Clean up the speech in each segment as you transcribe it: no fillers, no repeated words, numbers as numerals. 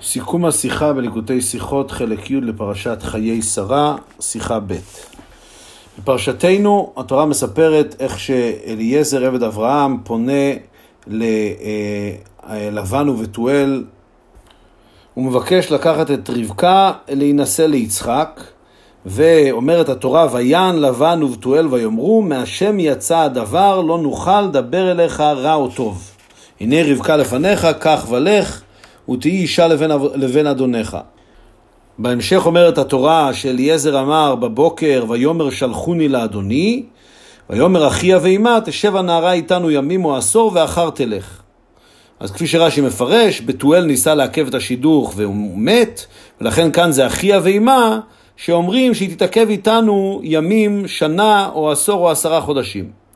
סיכום השיחה בליקוטי שיחות, חלק י' לפרשת חיי שרה, שיחה ב'. בפרשתנו התורה מספרת איך שאליעזר עבד אברהם פונה ללבן ובתואל, הוא מבקש לקחת את רבקה להינשא ליצחק, ואומרת התורה, ויען לבן ובתואל ויאמרו, מהשם יצא הדבר, לא נוכל לדבר אליך רע או טוב. הנה רבקה לפניך, קח ולך, ותהי אישה לבן אדונך. בהמשך אומרת התורה שאליעזר אמר בבוקר, ויאמר שלחוני לאדוני, ויאמר אחיה ואימה, תשב הנערה איתנו ימים או עשור ואחר תלך. אז כפי שרש"י מפרש, בתואל ניסה לעכב את השידוך והוא מת, ולכן כאן זה אחיה ואימה, שאומרים שהיא תתעכב איתנו ימים, שנה או עשור או 10 חודשים.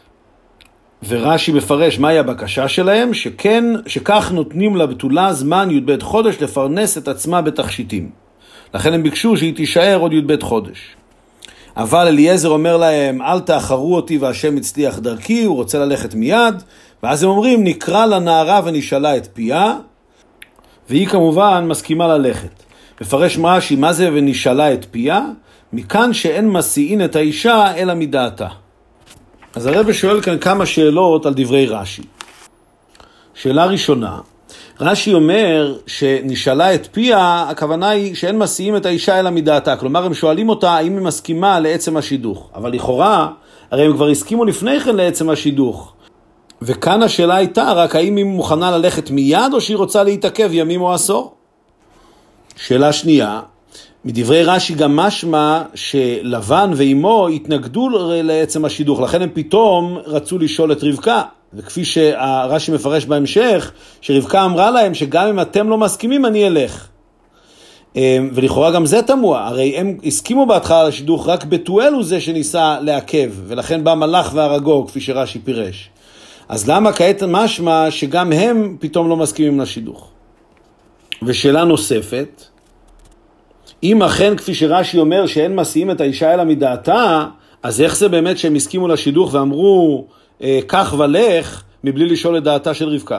ורש"י מפרש מהי הבקשה שלהם, שכך נותנים לבתולה זמן י"ב חודש לפרנס את עצמה בתכשיטים. לכן הם ביקשו שהיא תישאר עוד י"ב חודש. אבל אליעזר אומר להם, אל תאחרו אותי והשם הצליח דרכי, הוא רוצה ללכת מיד, ואז הם אומרים, נקרא לנערה ונשאלה את פיה, והיא כמובן מסכימה ללכת. מפרש רש"י, מה זה ונשאלה את פיה? מכאן שאין מסיעין את האישה אלא מדעתה. אז הרב שואל כאן כמה שאלות על דברי רש"י. שאלה ראשונה, רש"י אומר שנשאלה את פיה, הכוונה היא שאין מסיעים את האישה אלא מדעתה. כלומר, הם שואלים אותה האם היא מסכימה לעצם השידוך. אבל לכאורה, הרי הם כבר הסכימו לפני כן לעצם השידוך. וכאן השאלה הייתה רק האם היא מוכנה ללכת מיד או שהיא רוצה להתעכב ימים או עשור. שאלה שנייה, מדברי רש"י גם משמע שלבן ואימו התנגדו לעצם השידוך, לכן הם פתאום רצו לשאול את רבקה. וכפי שהרש"י מפרש בהמשך, שרבקה אמרה להם שגם אם אתם לא מסכימים אני אלך. ולכאורה גם זה תמוה, הרי הם הסכימו בהתחלה לשידוך, רק בתואל הוא זה שניסה לעכב, ולכן בא מלאך והרגו כפי שרש"י פירש. אז למה כעת משמע שגם הם פתאום לא מסכימים לשידוך? ושאלה נוספת, אם אכן כפי שרש"י אומר שאין מסיעים את האישה אלא מדעתה, אז איך זה באמת שהם הסכימו לשידוך ואמרו כך ולך מבלי לשאול את דעתה של רבקה?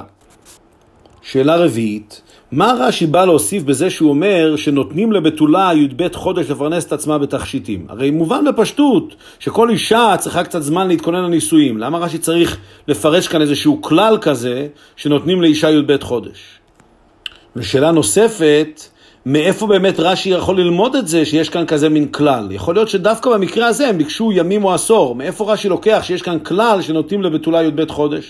שאלה רביעית, מה רש"י בא להוסיף בזה שהוא אומר שנותנים לבתולה י"ב חודש לפרנס את עצמה בתכשיטים? הרי מובן בפשטות שכל אישה צריכה קצת זמן להתכונן לנישואים. למה רש"י צריך לפרש כאן איזשהו כלל כזה שנותנים לאישה י"ב חודש? ושאלה נוספת, מאיפה באמת רש"י יכול ללמוד את זה שיש כאן כזה מין כלל? יכול להיות שדווקא במקרה הזה הם ביקשו ימים או עשור. מאיפה רש"י לוקח שיש כאן כלל שנותנים לבתולה י"ב חודש?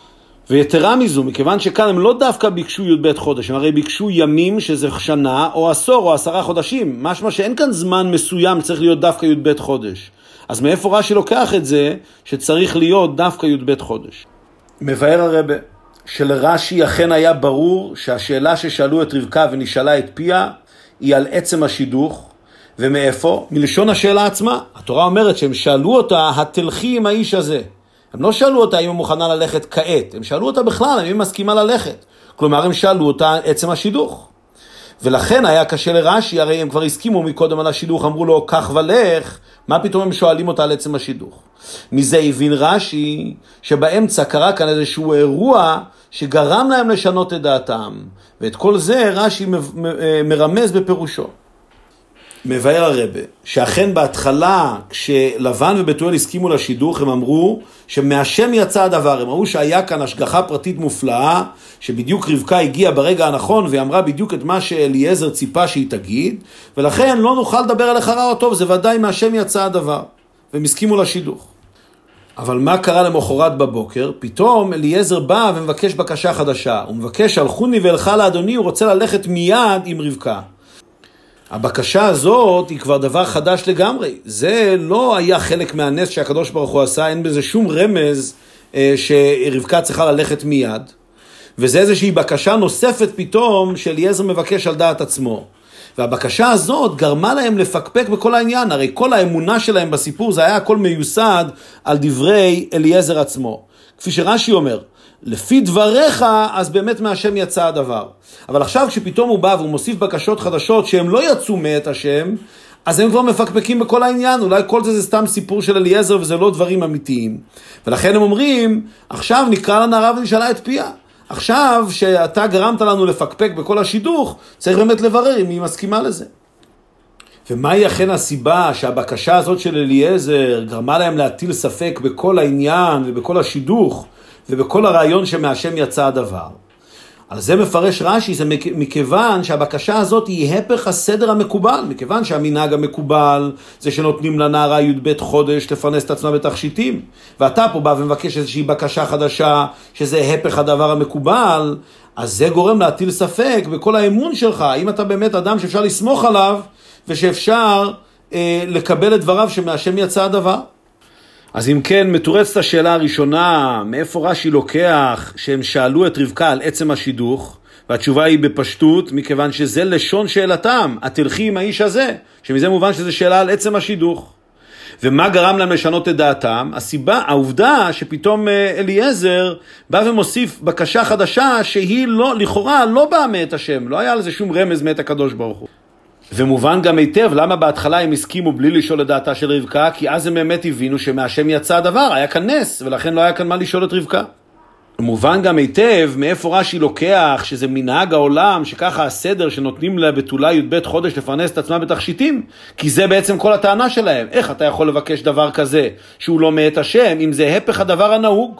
ויתרה מזו, מכיוון שכאן הם לא דווקא ביקשו י"ב חודש, הם הרי ביקשו ימים שזה שנה או עשור או 10 חודשים. משמע שאין כאן זמן מסוים שצריך להיות דווקא י"ב חודש. אז מאיפה רש"י לוקח את זה שצריך להיות דווקא י"ב חודש? מבאר הרב שלרש"י אכן היה ברור שהשאלה ששאלו את רבקה ונשאלה את פיה היא על עצם השידוך. ומאיפה? מלשון השאלה עצמה. התורה אומרת שהם שאלו אותה, התלכי עם האיש הזה. הם לא שאלו אותה אם היא מוכנה ללכת כעת, הם שאלו אותה בכלל אם היא מסכימה ללכת. כלומר הם שאלו אותה עצם השידוך. ולכן היה קשה לרש"י, הרי הם כבר הסכימו מקודם על השידוך, אמרו לו כך ולך, מה פתאום הם שואלים אותה על עצם השידוך? מזה הבין רש"י שבאמצע קרה כאן איזשהו אירוע שגרם להם לשנות את דעתם, ואת כל זה רש"י מרמז בפירושו. מבאר הרב שאכן בהתחלה כשלבן ובתואל הסכימו לשידוך הם אמרו שמהשם יצא הדבר, הם אמרו שהיה כאן השגחה פרטית מופלאה, שבדיוק רבקה הגיעה ברגע הנכון והיא אמרה בדיוק את מה שאליעזר ציפה שהיא תגיד, ולכן לא נוכל לדבר עליך רע או טוב, זה ודאי מהשם יצא הדבר, והם הסכימו לשידוך. אבל מה קרה למחרת בבוקר? פתאום אליעזר בא ומבקש בקשה חדשה, הוא מבקש שלחוני ואלך לאדוני, הוא רוצה ללכת מיד עם רבקה. הבקשה הזאת היא כבר דבר חדש לגמרי. זה לא היה חלק מהנס שהקדוש ברוך הוא עשה, אין בזה שום רמז שרבקה צריכה ללכת מיד. וזה איזושהי בקשה נוספת פתאום שאליעזר מבקש על דעת עצמו. והבקשה הזאת גרמה להם לפקפק בכל העניין. הרי כל האמונה שלהם בסיפור זה היה הכל מיוסד על דברי אליעזר עצמו. כפי שרש"י אומר, לפי דבריך, אז באמת מהשם יצא הדבר. אבל עכשיו כשפתאום הוא בא והוא מוסיף בקשות חדשות שהם לא יצאו מאת השם, אז הם כבר מפקפקים בכל העניין. אולי כל זה סתם סיפור של אליעזר וזה לא דברים אמיתיים. ולכן הם אומרים, עכשיו נקרא לנערה ונשאלה את פיה. עכשיו שאתה גרמת לנו לפקפק בכל השידוך, צריך באמת לברר אם היא מסכימה לזה. ומהי אכן הסיבה שהבקשה הזאת של אליעזר גרמה להם להטיל ספק בכל העניין ובכל השידוך ובכל הרעיון שמהשם יצא הדבר? על זה מפרש רש"י, זה מכיוון שהבקשה הזאת היא הפך הסדר המקובל, מכיוון שהמנהג המקובל זה שנותנים לנערה י"ב חודש לפרנס את עצמה בתכשיטים, ואתה פה בא ומבקש איזושהי בקשה חדשה שזה הפך הדבר המקובל, אז זה גורם להטיל ספק בכל האמון שלך, האם אתה באמת אדם שאפשר לסמוך עליו ושאפשר לקבל את דבריו שמהשם יצא הדבר. אז אם כן, מתורצת השאלה הראשונה, מאיפה רש"י לוקח שהם שאלו את רבקה על עצם השידוך, והתשובה היא בפשטות, מכיוון שזה לשון שאלתם, התלכי עם האיש הזה, שמזה מובן שזה שאלה על עצם השידוך. ומה גרם להם לשנות את דעתם? העובדה שפתאום אליעזר בא ומוסיף בקשה חדשה שהיא לא, לכאורה לא באה מאת השם, לא היה לזה שום רמז מאת הקדוש ברוך הוא. ומובן גם היטב למה בהתחלה הם הסכימו בלי לשאול את דעתה של רבקה, כי אז הם באמת הבינו שמהשם יצא הדבר, היה כאן נס, ולכן לא היה כאן מה לשאול את רבקה. ומובן גם היטב מאיפה רש"י לוקח שזה מנהג העולם, שככה הסדר שנותנים לה בתולה י"ב חודש לפרנס את עצמה בתכשיטים, כי זה בעצם כל הטענה שלהם. איך אתה יכול לבקש דבר כזה שהוא לא מאת השם, אם זה הפך הדבר הנהוג?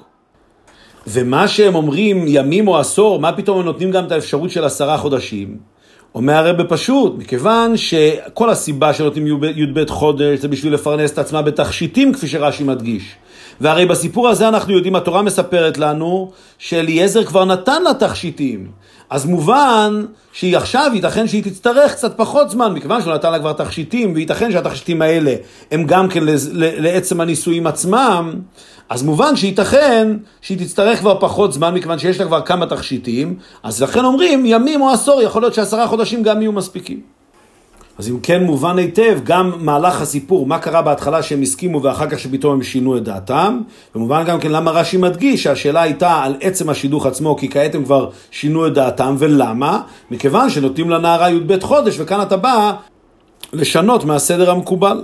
ומה שהם אומרים ימים או עשור, מה פתאום הם נותנים גם את האפשרות של 10 חודשים? אומר הרב פשוט, מכיוון שכל הסיבה שנותנים י"ב חודש זה בשביל לפרנס את עצמה בתכשיטים, כפי שרש"י מדגיש. והרי בסיפור הזה אנחנו יודעים, התורה מספרת לנו שאליעזר כבר נתן לה תכשיטים. אז מובן שהיא עכשיו, ייתכן שהיא תצטרך קצת פחות זמן, מכיוון שהוא נתן לה כבר תכשיטים, וייתכן שהתכשיטים האלה הם גם כן לעצם הנישואים עצמם, אז מובן שייתכן שהיא תצטרך כבר פחות זמן, מכיוון שיש לה כבר כמה תכשיטים, אז לכן אומרים ימים או עשור, יכול להיות ש10 חודשים גם יהיו מספיקים. אז אם כן מובן היטב, גם מהלך הסיפור, מה קרה בהתחלה שהם הסכימו ואחר כך שפתאום הם שינו את דעתם, ומובן גם כן למה רש"י מדגיש שהשאלה הייתה על עצם השידוך עצמו, כי כעת הם כבר שינו את דעתם, ולמה? מכיוון שנותנים לנערה י"ב חודש, וכאן אתה בא לשנות מהסדר המקובל.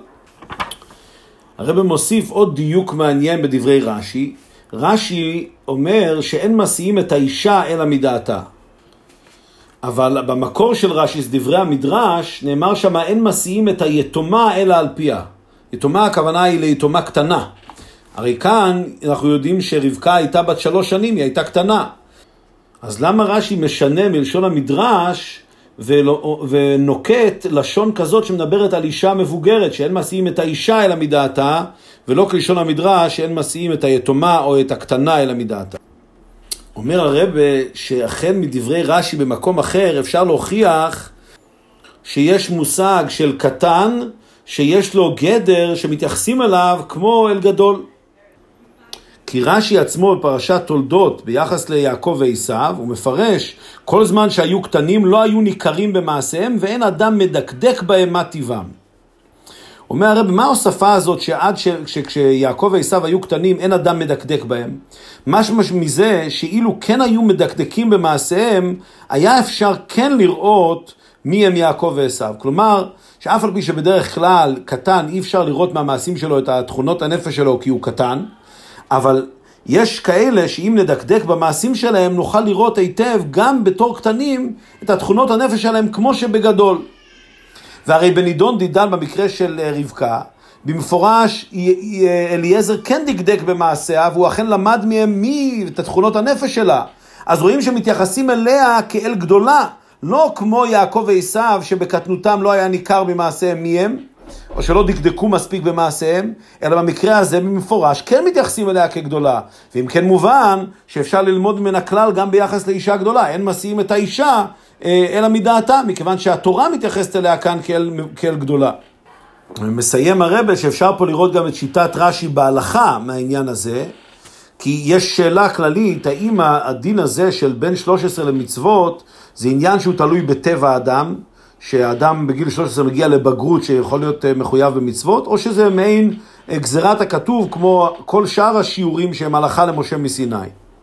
הרב מוסיף עוד דיוק מעניין בדברי רש"י. רש"י אומר שאין מסיעים את האישה אלא מדעתה. אבל במקור של רש"י, דברי המדרש, נאמר שמה אין מסיעים את היתומה אלא על פיה. יתומה הכוונה היא ליתומה קטנה. הרי כאן אנחנו יודעים שרבקה הייתה בת 3 שנים, היא הייתה קטנה. אז למה רש"י משנה מלשון המדרש ונוקט לשון כזאת שמדברת על אישה מבוגרת, שאין מסיעים את האישה אלא מדעתה, ולא כלשון המדרש שאין מסיעים את היתומה או את הקטנה אלא מדעתה? אומר הרב שאכן מדברי רש"י במקום אחר אפשר להוכיח שיש מושג של קטן שיש לו גדר שמתייחסים אליו כמו אל גדול. כי רש"י עצמו בפרשת תולדות ביחס ליעקב ועשיו, הוא מפרש כל זמן שהיו קטנים לא היו ניכרים במעשיהם ואין אדם מדקדק בהם מה טבעם. אומר הרב, מה ההוספה הזאת שעד כשיעקב ועשיו היו קטנים אין אדם מדקדק בהם? משמע מזה שאילו כן היו מדקדקים במעשיהם, היה אפשר כן לראות מי הם יעקב ועשיו. כלומר, שאף על פי שבדרך כלל קטן אי אפשר לראות מהמעשים שלו את תכונות הנפש שלו כי הוא קטן, אבל יש כאלה שאם נדקדק במעשים שלהם נוכל לראות היטב גם בתור קטנים את התכונות הנפש שלהם כמו שבגדול. והרי בנידון דידן במקרה של רבקה, במפורש אליעזר כן דקדק במעשיה, והוא אכן למד מהם את התכונות הנפש שלה. אז רואים שמתייחסים אליה כאל גדולה, לא כמו יעקב ועשיו שבקטנותם לא היה ניכר במעשיהם מי הם, או שלא דקדקו מספיק במעשיהם, אלא במקרה הזה במפורש כן מתייחסים אליה כגדולה. ואם כן מובן שאפשר ללמוד מן הכלל גם ביחס לאישה גדולה, אין מסיעים את האישה אלא מדעתה, מכיוון שהתורה מתייחסת אליה כאן כאל גדולה. מסיים הרב שאפשר פה לראות גם את שיטת רש"י בהלכה מהעניין הזה, כי יש שאלה כללית, האם הדין הזה של בין 13 למצוות, זה עניין שהוא תלוי בטבע האדם, שהאדם בגיל 13 מגיע לבגרות שיכול להיות מחויב במצוות, או שזה מעין גזירת הכתוב כמו כל שאר השיעורים שהם הלכה למשה מסיני.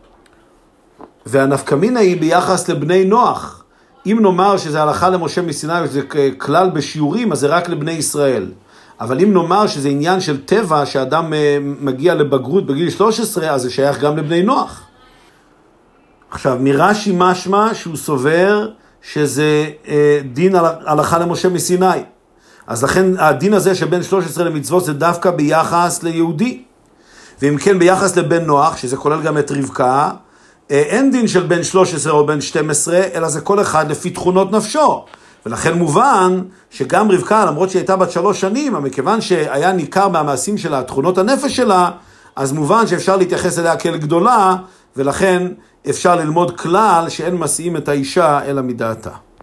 והנפקמינה היא ביחס לבני נוח. אם נאמר שזה הלכה למשה מסיני וזה כלל בשיעורים, אז זה רק לבני ישראל. אבל אם נאמר שזה עניין של טבע, שאדם מגיע לבגרות בגיל 13, אז זה שייך גם לבני נוח. עכשיו, מרש"י משמע שהוא סובר שזה דין הלכה למשה מסיני. אז לכן הדין הזה שבין 13 למצוות זה דווקא ביחס ליהודי. ואם כן ביחס לבן נוח, שזה כולל גם את רבקה, אין דין של בן 13 או בן 12, אלא זה כל אחד לפי תכונות נפשו. ולכן מובן שגם רבקה, למרות שהיא הייתה בת 3 שנים, מכיוון שהיה ניכר מהמעשים שלה, תכונות הנפש שלה, אז מובן שאפשר להתייחס אליה כאל גדולה, ולכן אפשר ללמוד כלל שאין מסיעים את האישה אלא מדעתה.